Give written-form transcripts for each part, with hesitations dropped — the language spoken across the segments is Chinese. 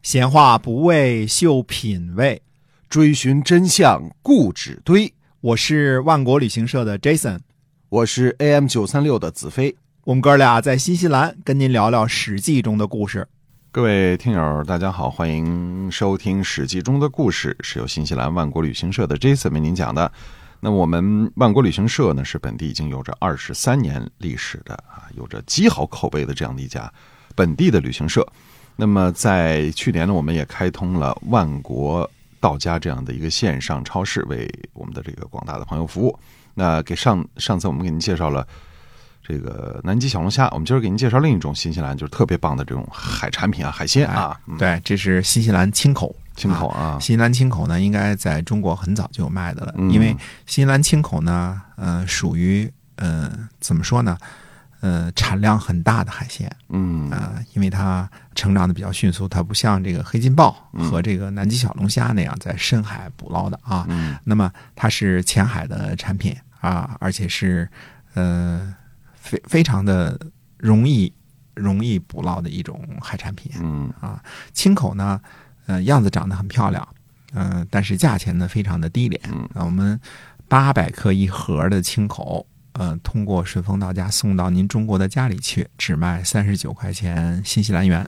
闲话不为秀品味， 追寻真相固执堆。 我是万国旅行社的 Jason， 我是 AM936 的子飞。 我们哥俩在新西兰跟您聊聊史记中的故事。 各位听友大家好，欢迎收听史记中的故事，是由新西兰万国旅行社的 Jason 为您讲的。那我们万国旅行社呢，是本地已经有着23年历史的有着极好口碑的这样的一家本地的旅行社。那么在去年呢，我们也开通了万国到家这样的一个线上超市，为我们的这个广大的朋友服务。那给上次我们给您介绍了这个南极小龙虾，我们今儿给您介绍另一种新西兰就是特别棒的这种海产品海鲜对，这是新西兰青口新西兰青口呢，应该在中国很早就有卖的了。因为新西兰青口呢，属于怎么说呢？产量很大的海鲜，因为它成长的比较迅速，它不像这个黑金鲍和这个南极小龙虾那样在深海捕捞的那么它是浅海的产品而且是非常的容易捕捞的一种海产品青口呢，样子长得很漂亮，但是价钱呢非常的低廉。我们800克一盒的青口。通过顺丰到家送到您中国的家里去，只卖39块钱新西兰元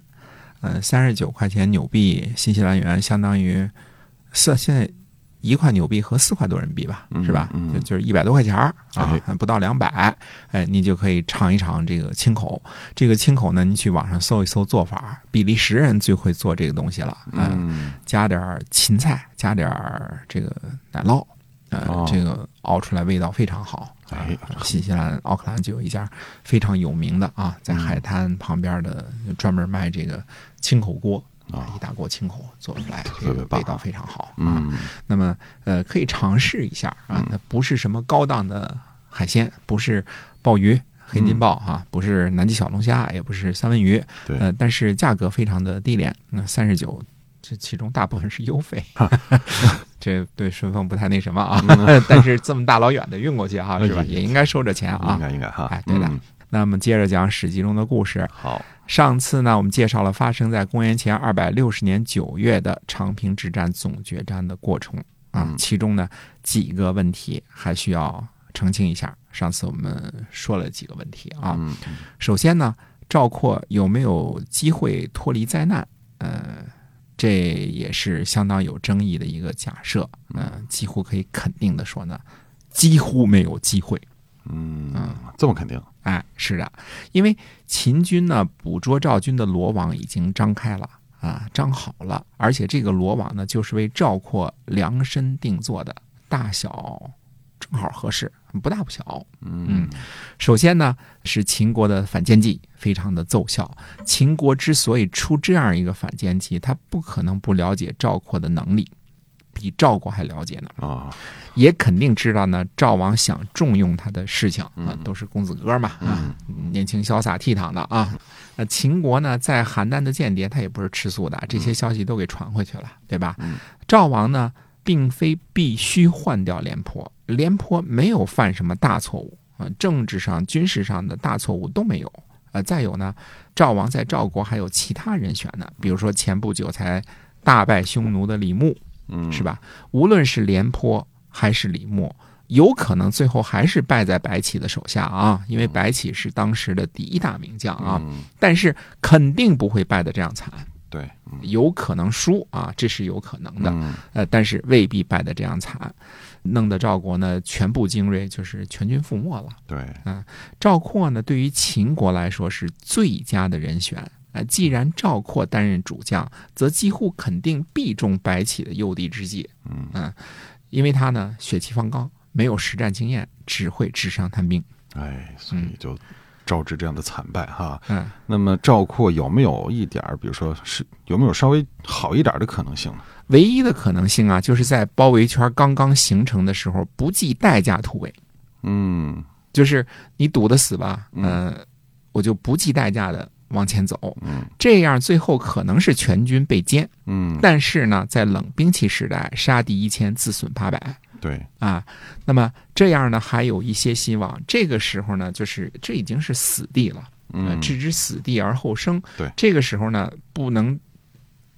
，39块钱纽币新西兰元相当于现在1块纽币和4块多人民币吧，是吧？就是100多块钱不到200，你就可以尝一尝这个青口。这个青口呢，你去网上搜一搜做法，比利时人最会做这个东西了，加点芹菜，加点这个奶酪。这个熬出来味道非常好。新西兰奥克兰就有一家非常有名的在海滩旁边的专门卖这个青口锅一大锅青口做出来，这个味道非常好那么可以尝试一下它不是什么高档的海鲜，不是鲍鱼、黑金鲍不是南极小龙虾，也不是三文鱼，但是价格非常的低廉，39。这其中大部分是邮费，这对顺丰不太那什么但是这么大老远的运过去是吧？也应该收着钱应该对的。那么接着讲史记中的故事。 好， 上次呢，我们介绍了发生在公元前260年9月的长平之战总决战的过程其中呢几个问题还需要澄清一下。上次我们说了几个问题首先呢，赵括有没有机会脱离灾难？这也是相当有争议的一个假设，几乎可以肯定的说呢，几乎没有机会。 这么肯定？ 是的，因为秦军呢捕捉赵军的罗网已经张开了张好了，而且这个罗网呢就是为赵括量身定做的，大小正好合适，不大不小。首先呢是秦国的反间计非常的奏效。秦国之所以出这样一个反间计，他不可能不了解赵括的能力，比赵国还了解呢也肯定知道呢赵王想重用他的事情都是公子哥嘛年轻潇洒倜傥的秦国呢在邯郸的间谍他也不是吃素的，这些消息都给传回去了，对吧？赵王呢并非必须换掉廉颇，廉颇没有犯什么大错误政治上军事上的大错误都没有再有呢，赵王在赵国还有其他人选呢，比如说前不久才大败匈奴的李牧是吧？无论是廉颇还是李牧，有可能最后还是败在白起的手下因为白起是当时的第一大名将但是肯定不会败得这样惨。 对， 有可能输这是有可能的但是未必败得这样惨，弄得赵国呢全部精锐就是全军覆没了。 对赵括呢对于秦国来说是最佳的人选既然赵括担任主将，则几乎肯定必中白起的诱敌之计因为他呢血气方刚，没有实战经验，只会纸上谈兵所以就招致这样的惨败那么赵括有没有一点比如说是有没有稍微好一点的可能性呢？ 唯一的可能性就是在包围圈刚刚形成的时候不计代价突围就是你赌得死吧我就不计代价的往前走这样最后可能是全军被歼但是呢在冷兵器时代，杀敌1000自损800 对那么这样呢还有一些希望。这个时候呢就是这已经是死地了置之死地而后生。 对， 这个时候呢不能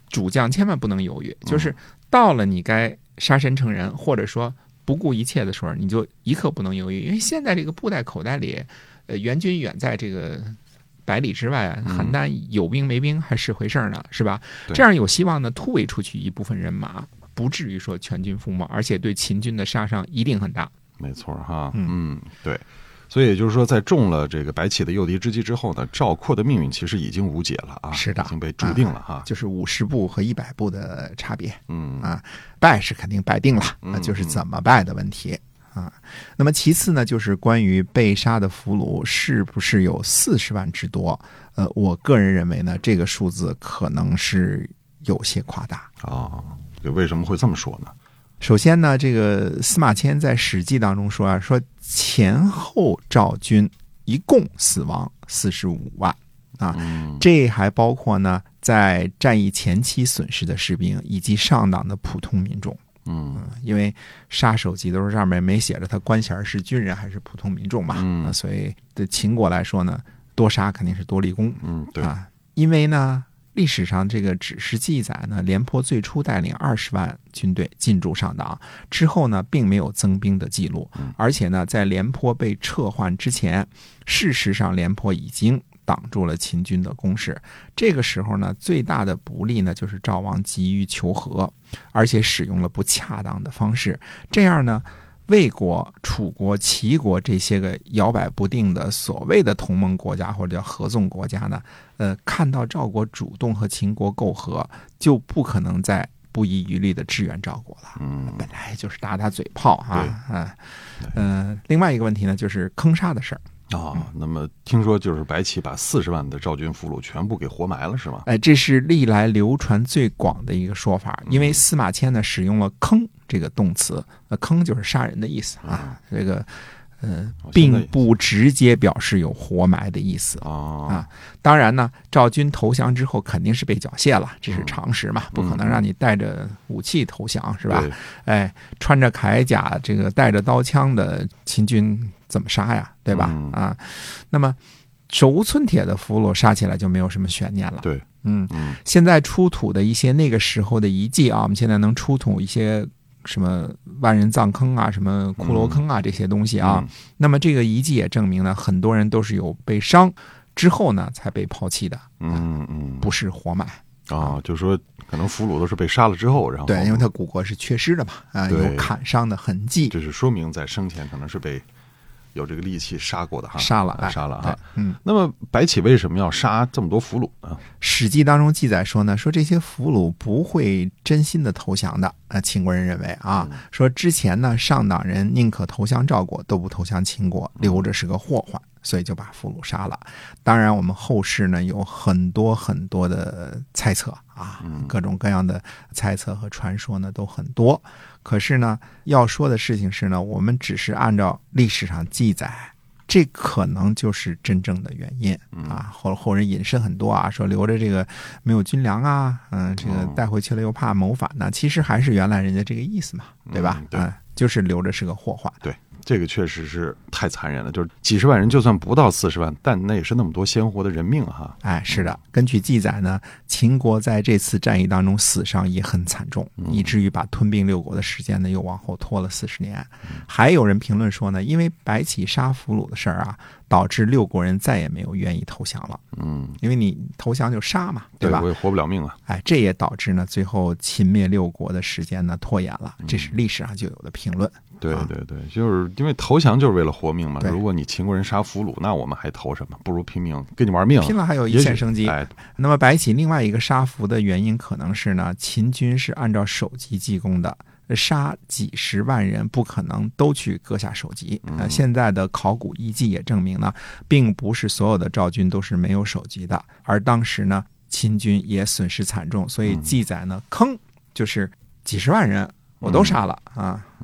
主将千万不能犹豫，就是到了你该杀身成仁，或者说不顾一切的时候，你就一刻不能犹豫，因为现在这个布袋口袋里，援军远在这个百里之外啊，邯郸有兵没兵还是回事呢，是吧？这样有希望呢，突围出去一部分人马，不至于说全军覆没，而且对秦军的杀伤一定很大。 没错哈，对。所以也就是说，在中了这个白起的诱敌之计之后呢，赵括的命运其实已经无解了啊， 是的， 已经被注定了哈， 就是50步和100步的差别，败是肯定败定了，就是怎么败的问题啊。那么其次呢，就是关于被杀的俘虏是不是有40万之多？我个人认为呢，这个数字可能是有些夸大啊。为什么会这么说呢？ 首先呢，这个司马迁在《史记》当中说说前后赵军一共死亡45万啊，这还包括呢在战役前期损失的士兵以及上党的普通民众。因为杀首级都是上面没写着他官衔是军人还是普通民众嘛，所以对秦国来说呢，多杀肯定是多立功。 对啊，因为呢。历史上这个只是记载呢，廉颇最初带领20万军队进驻上党，之后呢并没有增兵的记录，而且呢在廉颇被撤换之前，事实上廉颇已经挡住了秦军的攻势。这个时候呢，最大的不利呢就是赵王急于求和，而且使用了不恰当的方式，这样呢魏国、楚国、齐国这些个摇摆不定的所谓的同盟国家或者叫合纵国家呢，看到赵国主动和秦国媾和，就不可能再不遗余力的支援赵国了。本来就是打打嘴炮啊。另外一个问题呢，就是坑杀的事儿。 那么听说就是白起把40万的赵军俘虏全部给活埋了，是吗？ 这是历来流传最广的一个说法，因为司马迁呢使用了坑这个动词，坑就是杀人的意思啊，这个并不直接表示有活埋的意思啊。当然呢，赵军投降之后肯定是被缴械了，这是常识嘛，不可能让你带着武器投降，是吧？穿着铠甲，这个带着刀枪的秦军怎么杀呀？对吧？那么手无寸铁的俘虏杀起来就没有什么悬念了。 对， 现在出土的一些那个时候的遗迹啊，我们现在能出土一些什么万人葬坑啊，什么骷髅坑啊这些东西啊。那么这个遗迹也证明呢，很多人都是有被伤之后呢才被抛弃的，不是活埋。 就是说可能俘虏都是被杀了之后，然后对，因为他骨骼是缺失的嘛，有砍伤的痕迹， 这是说明在生前可能是被有这个利器杀过的哈， 杀了哈。那么白起为什么要杀这么多俘虏呢？ 史记当中记载说呢，说这些俘虏不会真心的投降的。秦国人认为说之前呢，上党人宁可投降赵国，都不投降秦国，留着是个祸患，所以就把俘虏杀了。当然，我们后世呢有很多很多的猜测各种各样的猜测和传说呢都很多。可是呢，要说的事情是呢，我们只是按照历史上记载，这可能就是真正的原因后人引申很多说留着这个没有军粮这个带回去了又怕谋反呢，其实还是原来人家这个意思嘛，对吧？就是留着是个祸患。 对，这个确实是太残忍了，就是几十万人就算不到40万，但那也是那么多鲜活的人命哈。 是的，根据记载呢，秦国在这次战役当中死伤也很惨重，以至于把吞并6国的时间呢又往后拖了40年。还有人评论说呢，因为白起杀俘虏的事儿导致6国人再也没有愿意投降了。因为你投降就杀嘛，对吧？ 我也活不了命了。 这也导致呢最后秦灭6国的时间呢拖延了，这是历史上就有的评论。 对，就是因为投降就是为了活命嘛。如果你秦国人杀俘虏，那我们还投什么？不如拼命跟你玩命， 拼了还有一线生机。那么白起另外一个杀俘的原因可能是呢，秦军是按照首级进攻的，杀几十万人不可能都去割下首级。现在的考古遗迹也证明呢，并不是所有的赵军都是没有首级的，而当时呢，秦军也损失惨重，所以记载呢，坑就是几十万人我都杀了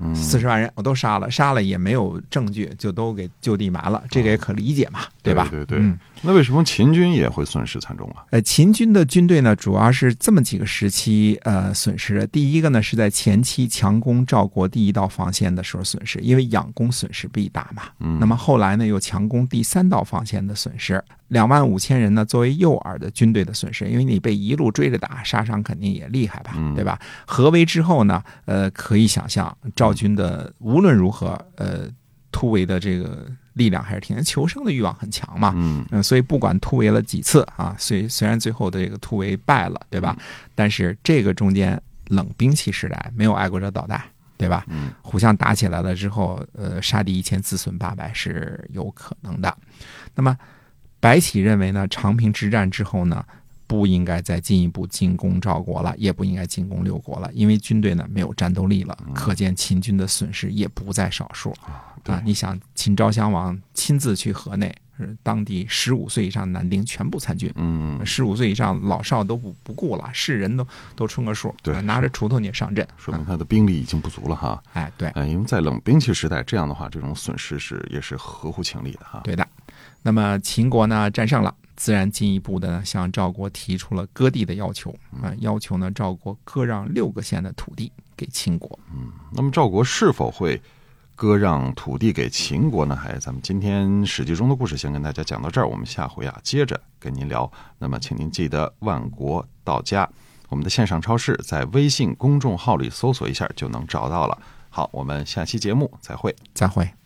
40万人我都杀了也没有证据，就都给就地埋了，这个也可理解嘛，对吧？ 对。那为什么秦军也会损失惨重啊？ 秦军的军队呢，主要是这么几个时期损失的。第一个呢，是在前期强攻赵国第一道防线的时候损失，因为仰攻损失必大嘛。那么后来呢，又强攻第3道防线的损失，25000人呢，作为诱饵的军队的损失，因为你被一路追着打，杀伤肯定也厉害吧，对吧？合围之后呢，可以想象赵军的无论如何，突围的这个力量还是挺，求生的欲望很强嘛，所以不管突围了几次啊，虽然最后的这个突围败了，对吧？但是这个中间冷兵器时代没有爱国者导弹，对吧？互相打起来了之后，杀敌1000自损800是有可能的。那么白起认为呢，长平之战之后呢，不应该再进一步进攻赵国了，也不应该进攻六国了，因为军队呢没有战斗力了，可见秦军的损失也不在少数啊！你想，秦昭襄王亲自去河内，当地15岁以上的男丁全部参军，15岁以上老少都不顾了，是人都充个数， 对， 拿着锄头也上阵， 说明他的兵力已经不足了哈。 对， 因为在冷兵器时代，这样的话，这种损失也是合乎情理的哈。 对的。那么秦国呢战胜了，自然进一步的向赵国提出了割地的要求要求呢赵国割让6个县的土地给秦国。 那么赵国是否会割让土地给秦国呢？咱们今天史记中的故事先跟大家讲到这儿，我们下回接着跟您聊。那么请您记得万国到家，我们的线上超市在微信公众号里搜索一下就能找到了。好，我们下期节目再会。